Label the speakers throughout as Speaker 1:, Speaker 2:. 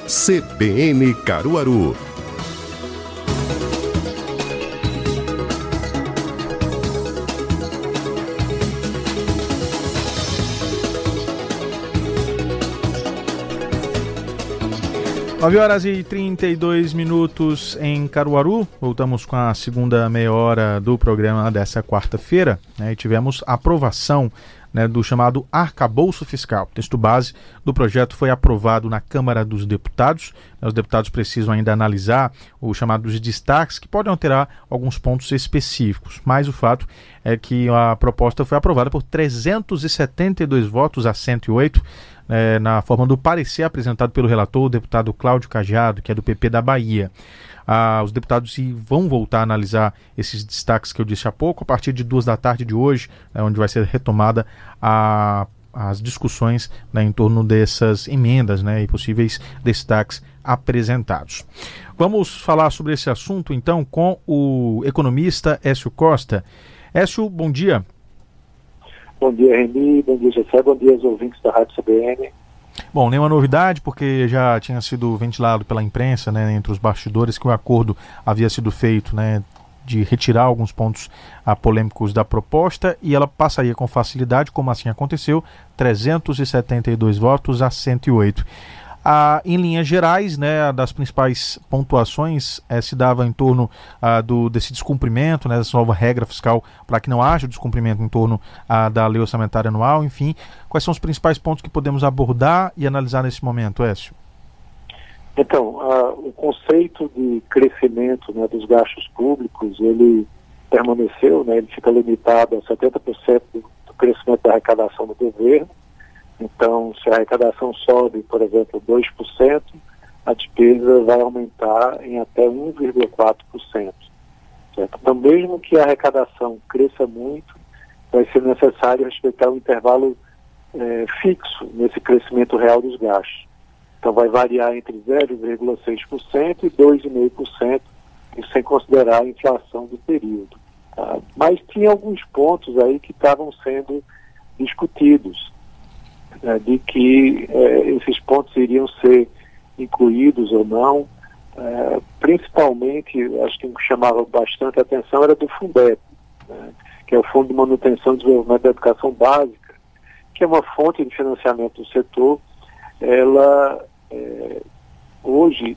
Speaker 1: CBN Caruaru.
Speaker 2: Nove horas e 32 minutos em Caruaru. Voltamos com a segunda meia hora do programa dessa quarta-feira, e tivemos a aprovação do chamado arcabouço fiscal. O texto base do projeto foi aprovado na Câmara dos Deputados. Os deputados precisam ainda analisar os chamados destaques, que podem alterar alguns pontos específicos, mas o fato é que a proposta foi aprovada por 372 votos a 108, na forma do parecer apresentado pelo relator, o deputado Cláudio Cajado, que é do PP da Bahia. Os deputados vão voltar a analisar esses destaques que eu disse há pouco, a partir de 14h de hoje, onde vai ser retomada as discussões em torno dessas emendas e possíveis destaques apresentados. Vamos falar sobre esse assunto, então, com o economista Écio Costa. Écio, bom dia.
Speaker 3: Bom dia, Reni, bom dia, José, bom dia aos ouvintes da Rádio CBN.
Speaker 2: Bom, nenhuma novidade, porque já tinha sido ventilado pela imprensa, entre os bastidores, que o acordo havia sido feito, de retirar alguns pontos polêmicos da proposta, e ela passaria com facilidade, como assim aconteceu, 372 votos a 108. Em linhas gerais, das principais pontuações se dava em torno desse descumprimento, dessa nova regra fiscal para que não haja descumprimento em torno da lei orçamentária anual. Enfim, quais são os principais pontos que podemos abordar e analisar nesse momento, Écio?
Speaker 3: Então, o conceito de crescimento dos gastos públicos, ele permaneceu, ele fica limitado a 70% do crescimento da arrecadação do governo. Então, se a arrecadação sobe, por exemplo, 2%, a despesa vai aumentar em até 1,4%. Certo? Então, mesmo que a arrecadação cresça muito, vai ser necessário respeitar um intervalo fixo nesse crescimento real dos gastos. Então, vai variar entre 0,6% e 2,5%, isso sem considerar a inflação do período. Tá? Mas tinha alguns pontos aí que estavam sendo discutidos, de que esses pontos iriam ser incluídos ou não. Principalmente, acho que o que chamava bastante atenção era do Fundeb, que é o Fundo de Manutenção e Desenvolvimento da Educação Básica, que é uma fonte de financiamento do setor. Ela hoje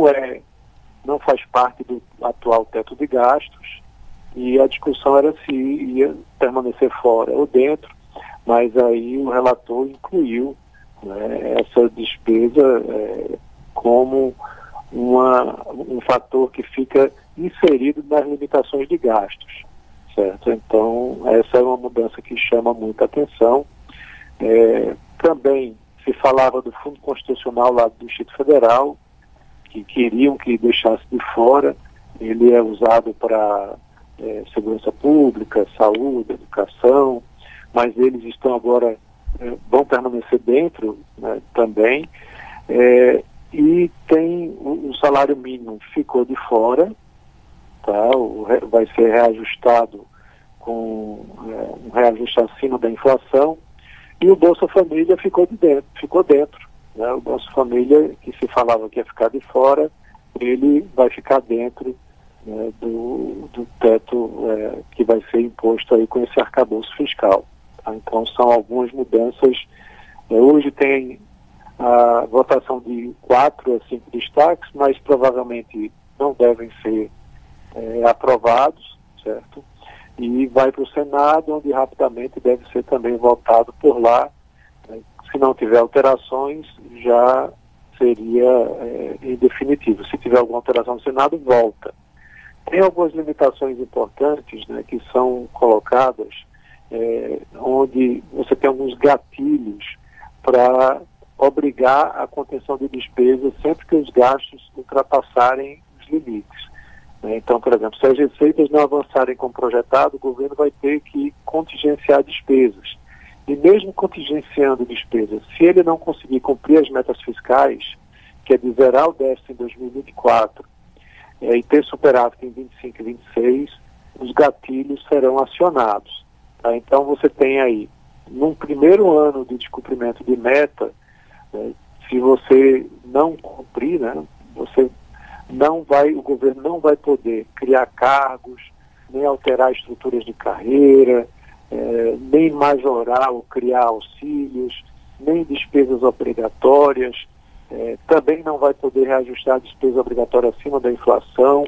Speaker 3: não faz parte do atual teto de gastos, e a discussão era se ia permanecer fora ou dentro. Mas aí o relator incluiu essa despesa como um fator que fica inserido nas limitações de gastos, certo? Então, essa é uma mudança que chama muita atenção. Também se falava do Fundo Constitucional lá do Distrito Federal, que queriam que deixasse de fora. Ele é usado para segurança pública, saúde, educação, mas eles estão agora, vão permanecer dentro também, e tem o salário mínimo ficou de fora, tá? Vai ser reajustado com um reajuste acima da inflação, e o Bolsa Família ficou dentro. O Bolsa Família, que se falava que ia ficar de fora, ele vai ficar dentro do teto que vai ser imposto aí com esse arcabouço fiscal. Então, são algumas mudanças. Hoje tem a votação de 4 a 5 destaques, mas provavelmente não devem ser aprovados, certo? E vai para o Senado, onde rapidamente deve ser também votado por lá. Se não tiver alterações, já seria em definitivo. Se tiver alguma alteração no Senado, volta. Tem algumas limitações importantes que são colocadas, onde você tem alguns gatilhos para obrigar a contenção de despesas sempre que os gastos ultrapassarem os limites. Então, por exemplo, se as receitas não avançarem como projetado, o governo vai ter que contingenciar despesas. E mesmo contingenciando despesas, se ele não conseguir cumprir as metas fiscais, que é de zerar o déficit em 2024 e ter superávit em 25 e 26, os gatilhos serão acionados. Tá? Então você tem aí, num primeiro ano de descumprimento de meta, se você não o governo não vai poder criar cargos, nem alterar estruturas de carreira, nem majorar ou criar auxílios, nem despesas obrigatórias, também não vai poder reajustar a despesa obrigatória acima da inflação,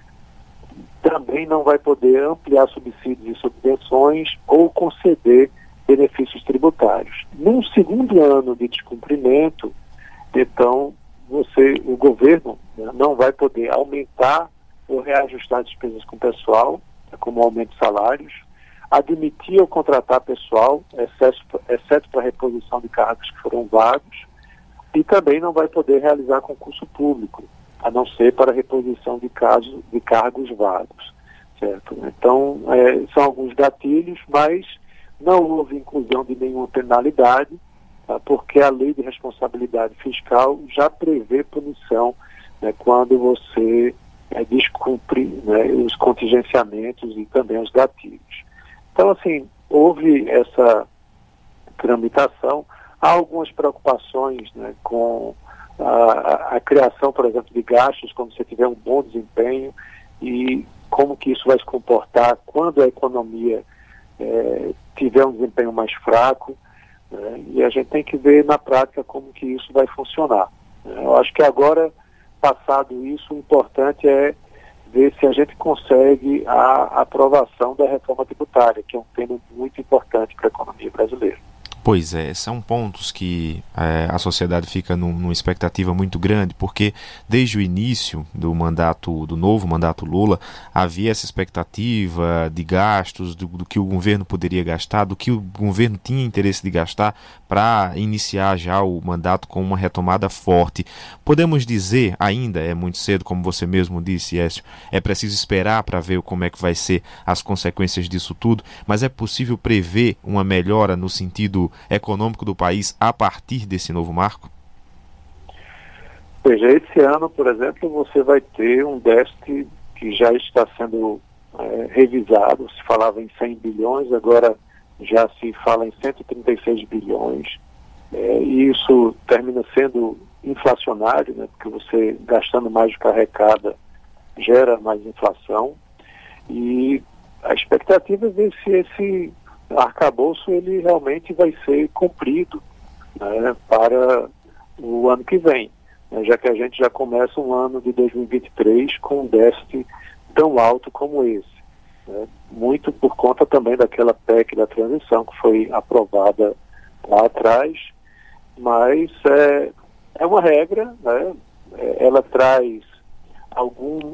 Speaker 3: também não vai poder ampliar subsídios e subvenções ou conceder benefícios tributários. Num segundo ano de descumprimento, então, o governo, né, não vai poder aumentar ou reajustar despesas com pessoal, como aumento de salários, admitir ou contratar pessoal, exceto para reposição de cargos que foram vagos, e também não vai poder realizar concurso público, a não ser para reposição de cargos vagos, certo? Então, são alguns gatilhos, mas não houve inclusão de nenhuma penalidade, tá? Porque a lei de responsabilidade fiscal já prevê punição, né, quando você descumpre, né, os contingenciamentos e também os gatilhos. Então, assim, houve essa tramitação. Há algumas preocupações, né, com a criação, por exemplo, de gastos, quando você tiver um bom desempenho, e como que isso vai se comportar quando a economia tiver um desempenho mais fraco, né, e a gente tem que ver na prática como que isso vai funcionar. Eu acho que agora, passado isso, o importante é ver se a gente consegue a aprovação da reforma tributária, que é um tema muito importante para a economia brasileira.
Speaker 1: Pois é, são pontos que a sociedade fica numa expectativa muito grande, porque desde o início do novo mandato Lula, havia essa expectativa de gastos, do que o governo poderia gastar, do que o governo tinha interesse de gastar para iniciar já o mandato com uma retomada forte. Podemos dizer, ainda é muito cedo, como você mesmo disse, Écio, é preciso esperar para ver como é que vai ser as consequências disso tudo, mas é possível prever uma melhora no sentido econômico do país a partir desse novo marco?
Speaker 3: Veja, esse ano, por exemplo, você vai ter um déficit que já está sendo revisado. Se falava em 100 bilhões, agora já se fala em 136 bilhões. E isso termina sendo inflacionário, né, porque você gastando mais do que arrecada gera mais inflação. E a expectativa é ver se esse arcabouço ele realmente vai ser cumprido, né, para o ano que vem, né, já que a gente já começa um ano de 2023 com um déficit tão alto como esse, né, muito por conta também daquela PEC da transição que foi aprovada lá atrás, mas é uma regra, né, ela traz alguma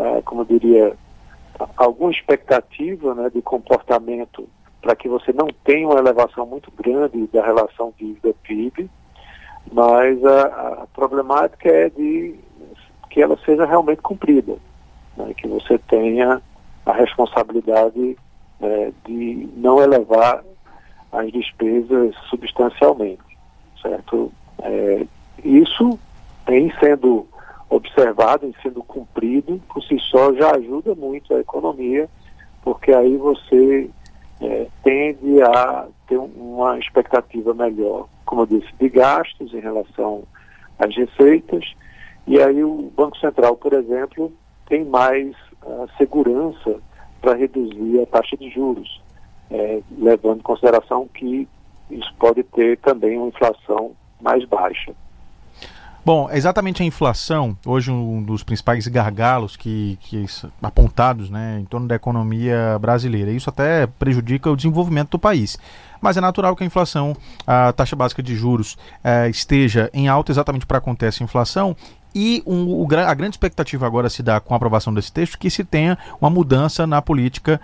Speaker 3: expectativa, né, de comportamento para que você não tenha uma elevação muito grande da relação dívida-PIB, mas a problemática é de que ela seja realmente cumprida, né, que você tenha a responsabilidade de não elevar as despesas substancialmente, certo? Isso em sendo observado, em sendo cumprido, por si só já ajuda muito a economia, porque aí você tende a ter uma expectativa melhor, como eu disse, de gastos em relação às receitas, e aí o Banco Central, por exemplo, tem mais segurança para reduzir a taxa de juros, levando em consideração que isso pode ter também uma inflação mais baixa.
Speaker 2: Bom, exatamente a inflação, hoje um dos principais gargalos que apontados, né, em torno da economia brasileira. Isso até prejudica o desenvolvimento do país. Mas é natural que a inflação, a taxa básica de juros, esteja em alta exatamente para acontecer essa inflação. E a grande expectativa agora se dá com a aprovação desse texto que se tenha uma mudança na política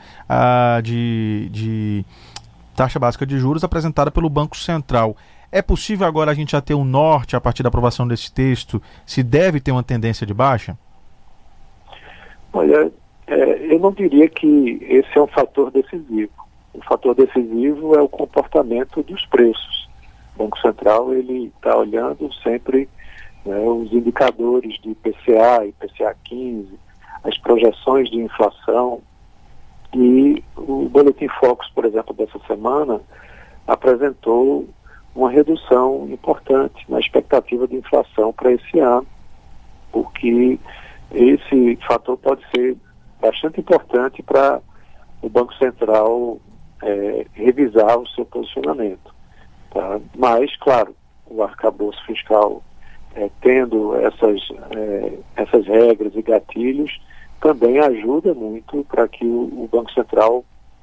Speaker 2: de taxa básica de juros apresentada pelo Banco Central. É possível agora a gente já ter um norte a partir da aprovação desse texto? Se deve ter uma tendência de baixa?
Speaker 3: Olha, eu não diria que esse é um fator decisivo. O fator decisivo é o comportamento dos preços. O Banco Central ele está olhando sempre, né, os indicadores de IPCA, IPCA 15, as projeções de inflação, e o Boletim Focus, por exemplo, dessa semana, apresentou uma redução importante na expectativa de inflação para esse ano, o que esse fator pode ser bastante importante para o Banco Central revisar o seu posicionamento. Tá? Mas, claro, o arcabouço fiscal tendo essas regras e gatilhos também ajuda muito para que o Banco Central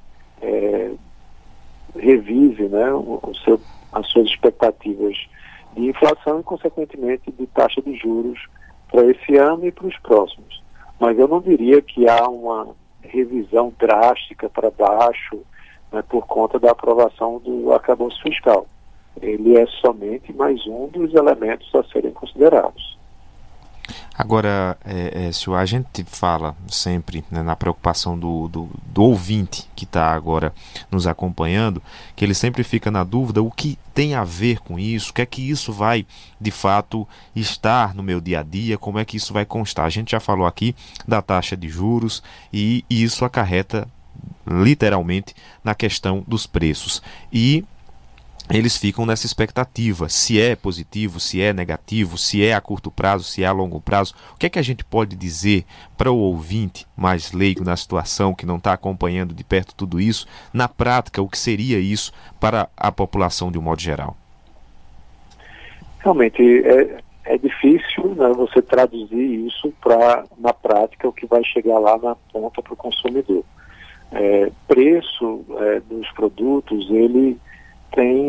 Speaker 3: revise, né, as suas expectativas de inflação e, consequentemente, de taxa de juros para esse ano e para os próximos. Mas eu não diria que há uma revisão drástica para baixo, né, por conta da aprovação do arcabouço fiscal. Ele é somente mais um dos elementos a serem considerados.
Speaker 1: Agora, se a gente fala sempre, né, na preocupação do ouvinte que está agora nos acompanhando, que ele sempre fica na dúvida o que tem a ver com isso, o que é que isso vai, de fato, estar no meu dia a dia, como é que isso vai constar. A gente já falou aqui da taxa de juros e isso acarreta literalmente na questão dos preços. E eles ficam nessa expectativa, se é positivo, se é negativo, se é a curto prazo, se é a longo prazo. O que é que a gente pode dizer para o ouvinte mais leigo na situação, que não está acompanhando de perto tudo isso, na prática, o que seria isso para a população de um modo geral?
Speaker 3: Realmente é difícil, né, você traduzir isso para, na prática, o que vai chegar lá na ponta para o consumidor. Preço dos produtos, ele tem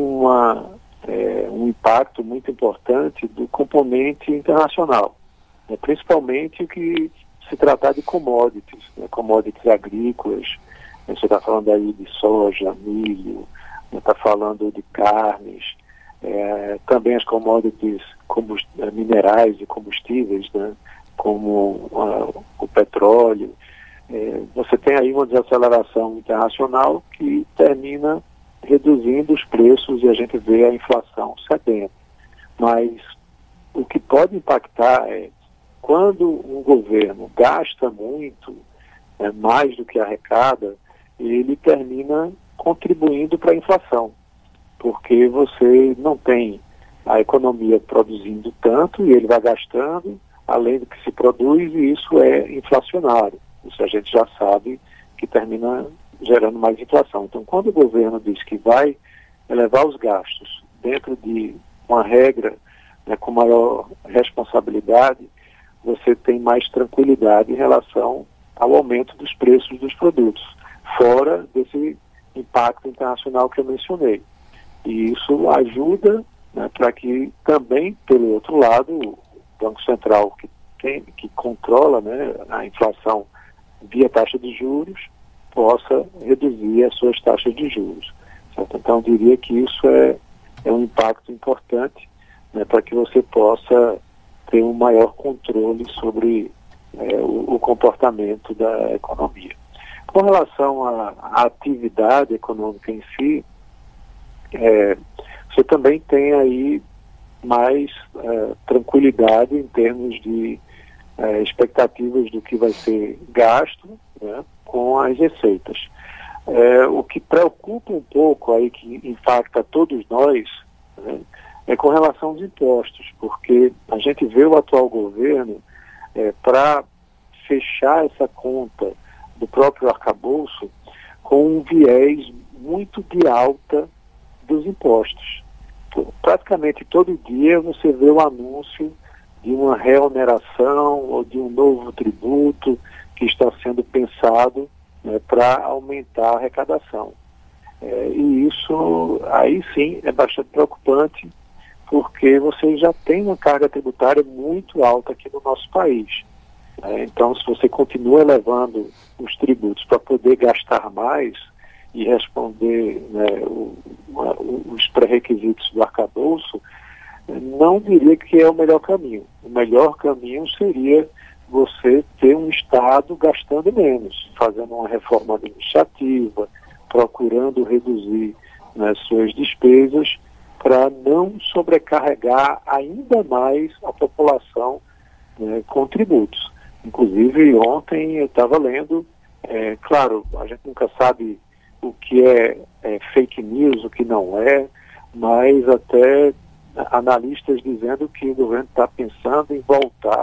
Speaker 3: um impacto muito importante do componente internacional, né, principalmente o que se tratar de commodities, né, commodities agrícolas. Você está falando aí de soja, milho, está falando de carnes, também as commodities minerais e combustíveis, né, como o petróleo. Você tem aí uma desaceleração internacional que termina reduzindo os preços e a gente vê a inflação cedendo. Mas o que pode impactar é quando um governo gasta muito, mais do que arrecada, ele termina contribuindo para a inflação, porque você não tem a economia produzindo tanto e ele vai gastando além do que se produz, e isso é inflacionário. Isso a gente já sabe que termina gerando mais inflação. Então, quando o governo diz que vai elevar os gastos dentro de uma regra, né, com maior responsabilidade, você tem mais tranquilidade em relação ao aumento dos preços dos produtos, fora desse impacto internacional que eu mencionei. E isso ajuda, né, para que também, pelo outro lado, o Banco Central, que controla, né, a inflação via taxa de juros, possa reduzir as suas taxas de juros. Certo? Então, eu diria que isso é um impacto importante, né, para que você possa ter um maior controle sobre o comportamento da economia. Com relação à atividade econômica em si, você também tem aí mais tranquilidade em termos de expectativas do que vai ser gasto, né, com as receitas. O que preocupa um pouco aí, que impacta todos nós, né, é com relação aos impostos, porque a gente vê o atual governo para fechar essa conta do próprio arcabouço com um viés muito de alta dos impostos. Praticamente todo dia você vê o anúncio de uma reoneração ou de um novo tributo que está sendo pensado, né, para aumentar a arrecadação. E isso, aí sim, é bastante preocupante, porque você já tem uma carga tributária muito alta aqui no nosso país. Então, se você continua elevando os tributos para poder gastar mais e responder, né, os pré-requisitos do arcabouço, não diria que é o melhor caminho. O melhor caminho seria você ter um Estado gastando menos, fazendo uma reforma administrativa, procurando reduzir, né, suas despesas, para não sobrecarregar ainda mais a população, né, com tributos. Inclusive, ontem eu estava lendo, claro, a gente nunca sabe o que é fake news, o que não é, mas até analistas dizendo que o governo está pensando em voltar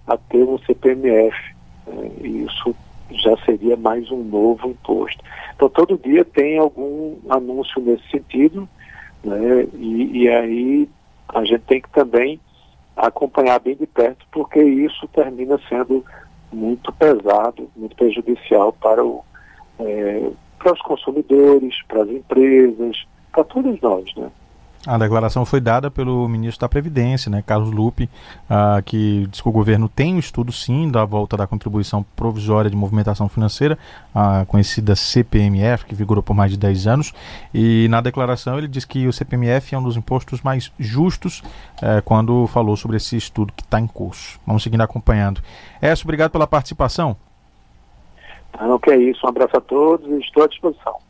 Speaker 3: a ter um CPMF. E isso já seria mais um novo imposto. Então, todo dia tem algum anúncio nesse sentido, né? E aí a gente tem que também acompanhar bem de perto, porque isso termina sendo muito pesado, muito prejudicial para os consumidores, para as empresas, para todos nós, né?
Speaker 2: A declaração foi dada pelo ministro da Previdência, né, Carlos Lupe, que diz que o governo tem um estudo, sim, da volta da contribuição provisória de movimentação financeira, a conhecida CPMF, que vigorou por mais de 10 anos, e na declaração ele diz que o CPMF é um dos impostos mais justos, quando falou sobre esse estudo que está em curso. Vamos seguindo acompanhando. Écio, obrigado pela participação.
Speaker 3: Não, que é isso. Um abraço a todos e estou à disposição.